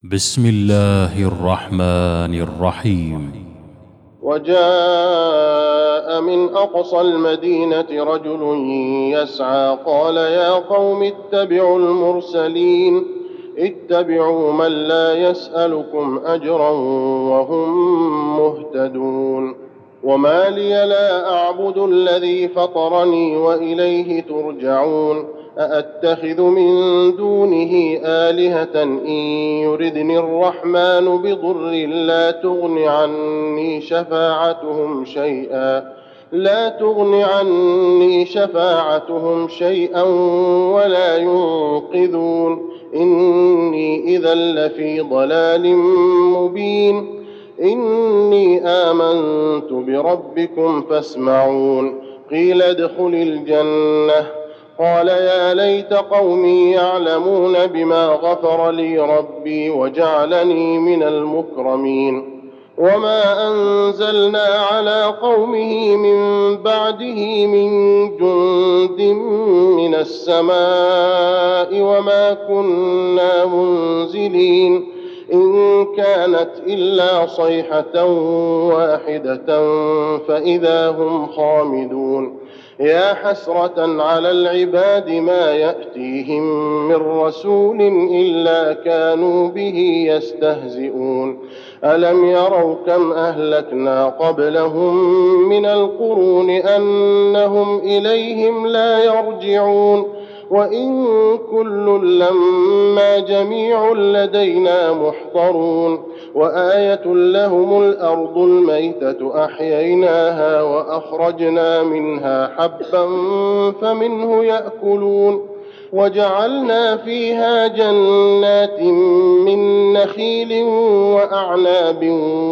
بسم الله الرحمن الرحيم. وجاء من أقصى المدينة رجل يسعى قال يا قوم اتبعوا المرسلين اتبعوا من لا يسألكم أجرا وهم مهتدون. وما لي لا أعبد الذي فطرني وإليه ترجعون. أأتخذ من دونه آلهة إن يردني الرحمن بضر لا تغن عني شفاعتهم شيئا ولا ينقذون. إني إذا لفي ضلال مبين. إني آمنت بربكم فاسمعون. قيل ادخل الجنة قال يا ليت قومي يعلمون بما غفر لي ربي وجعلني من المكرمين. وما أنزلنا على قومه من بعده من جند من السماء وما كنا منزلين. إن كانت إلا صيحة واحدة فإذا هم خامدون. يا حسرة على العباد ما يأتيهم من رسول إلا كانوا به يستهزئون. ألم يروا كم أهلكنا قبلهم من القرون أنهم إليهم لا يرجعون. وإن كل لما جميع لدينا محضرون. وآية لهم الأرض الميتة أحييناها وأخرجنا منها حبا فمنه يأكلون. وجعلنا فيها جنات من نخيل وأعناب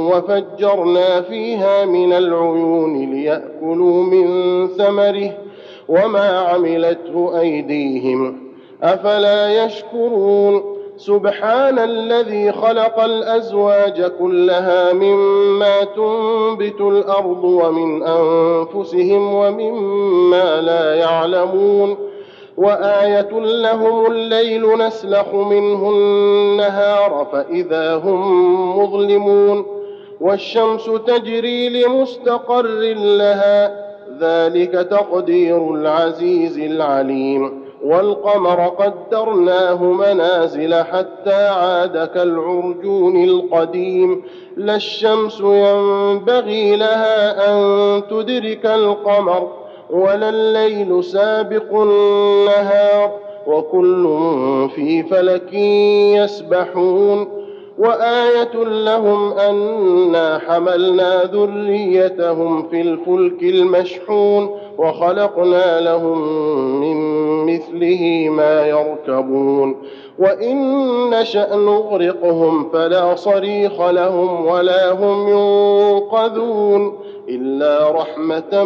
وفجرنا فيها من العيون ليأكلوا من ثمره وما عملته أيديهم أفلا يشكرون. سبحان الذي خلق الأزواج كلها مما تنبت الأرض ومن أنفسهم ومما لا يعلمون. وآية لهم الليل نسلخ منه النهار فإذا هم مظلمون. والشمس تجري لمستقر لها ذلك تقدير العزيز العليم. والقمر قدرناه منازل حتى عاد كالعرجون القديم. لا الشمس ينبغي لها أن تدرك القمر ولا الليل سابق النهار وكل في فلك يسبحون. وآية لهم أنا حملنا ذريتهم في الفلك المشحون وخلقنا لهم من مثله ما يركبون. وإن نشأ نغرقهم فلا صريخ لهم ولا هم ينقذون إلا رحمة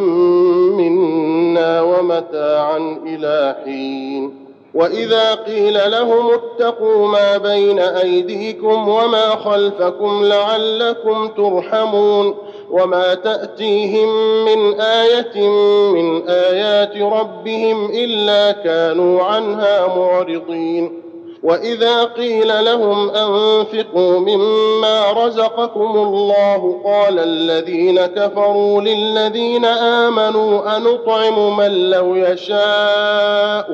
منا ومتاعا إلى حين. وإذا قيل لهم اتقوا ما بين أيديكم وما خلفكم لعلكم ترحمون. وما تأتيهم من آية من آيات ربهم إلا كانوا عنها معرضين. وإذا قيل لهم أنفقوا مما رزقكم الله قال الذين كفروا للذين آمنوا أنطعم من لو يشاء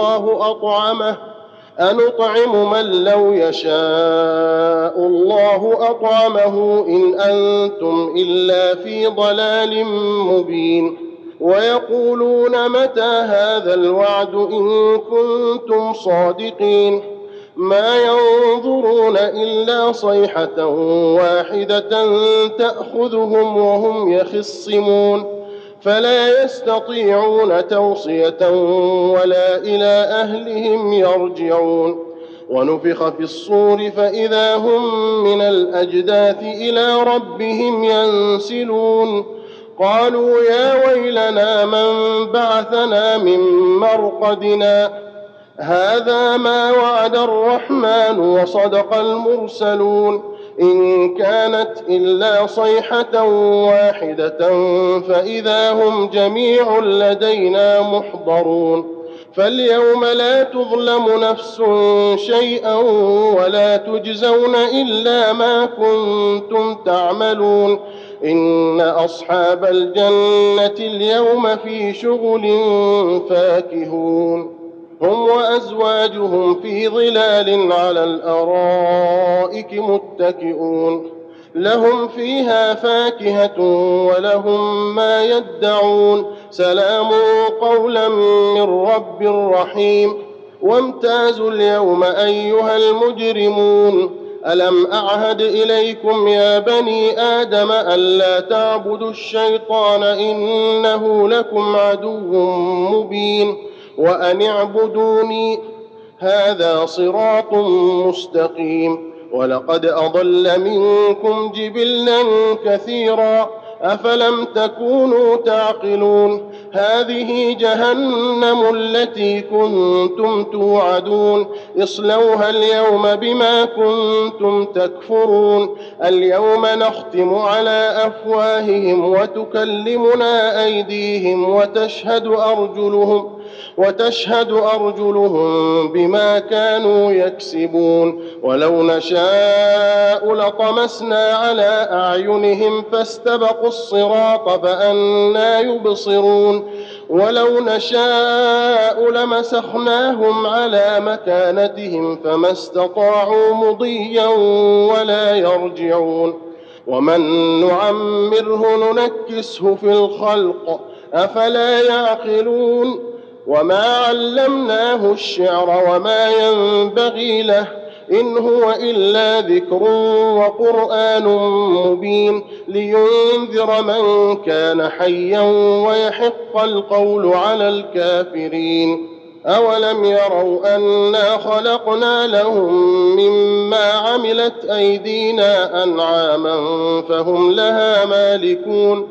الله أطعمه إن أنتم إلا في ضلال مبين. ويقولون متى هذا الوعد إن كنتم صادقين. ما ينظرون إلا صيحة واحدة تأخذهم وهم يخصمون فلا يستطيعون توصية ولا إلى أهلهم يرجعون. ونفخ في الصور فإذا هم من الأجداث إلى ربهم ينسلون. قالوا يا ويلنا من بعثنا من مرقدنا هذا ما وعد الرحمن وصدق المرسلون. إن كانت إلا صيحة واحدة فإذا هم جميع لدينا محضرون. فاليوم لا تظلم نفس شيئا ولا تجزون إلا ما كنتم تعملون إن أصحاب الجنة اليوم في شغل فاكهون هم وأزواجهم في ظلال على الأرائك متكئون لهم فيها فاكهة ولهم ما يدعون سلام قولا من رب رحيم وامتازوا اليوم أيها المجرمون ألم أعهد إليكم يا بني آدم ألا تعبدوا الشيطان إنه لكم عدو مبين وأن اعبدوني هذا صراط مستقيم ولقد أضل منكم جبلا كثيرا أفلم تكونوا تعقلون هذه جهنم التي كنتم توعدون اصلوها اليوم بما كنتم تكفرون اليوم نختم على أفواههم وتكلمنا أيديهم وتشهد أرجلهم بما كانوا يكسبون ولو نشاء لطمسنا على أعينهم فاستبقوا الصراط فأنى يبصرون ولو نشاء لمسخناهم على مكانتهم فما استطاعوا مضيا ولا يرجعون ومن نعمره ننكسه في الخلق أفلا يعقلون وما علمناه الشعر وما ينبغي له إن هو إلا ذكر وقرآن مبين لينذر من كان حيا ويحق القول على الكافرين أولم يروا أنا خلقنا لهم مما عملت أيدينا أنعاما فهم لها مالكون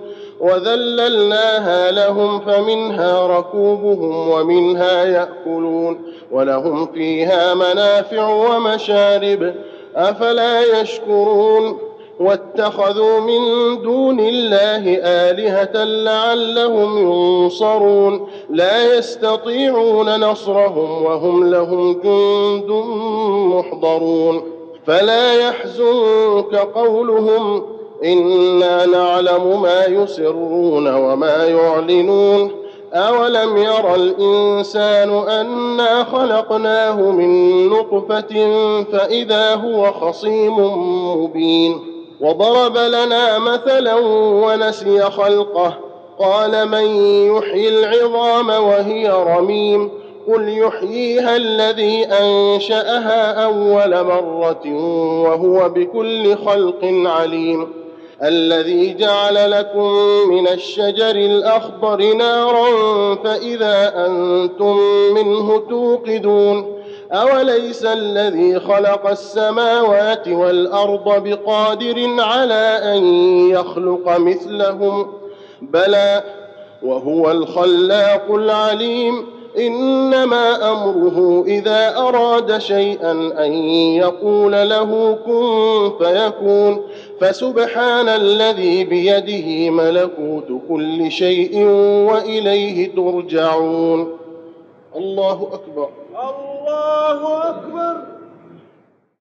وذللناها لهم فمنها ركوبهم ومنها يأكلون ولهم فيها منافع ومشارب أفلا يشكرون واتخذوا من دون الله آلهة لعلهم ينصرون لا يستطيعون نصرهم وهم لهم جند محضرون فلا يحزنك قولهم إنا نعلم ما يسرون وما يعلنون أولم ير الإنسان أنا خلقناه من نطفة فإذا هو خصيم مبين وضرب لنا مثلا ونسي خلقه قال من يحيي العظام وهي رميم قل يحييها الذي أنشأها أول مرة وهو بكل خلق عليم الذي جعل لكم من الشجر الأخضر نارا فإذا أنتم منه توقدون أوليس الذي خلق السماوات والأرض بقادر على أن يخلق مثلهم بلى وهو الخلاق العليم إنما أمره إذا أراد شيئا أن يقول له كن فيكون فسبحان الذي بيده ملكوت كل شيء وإليه ترجعون الله أكبر الله أكبر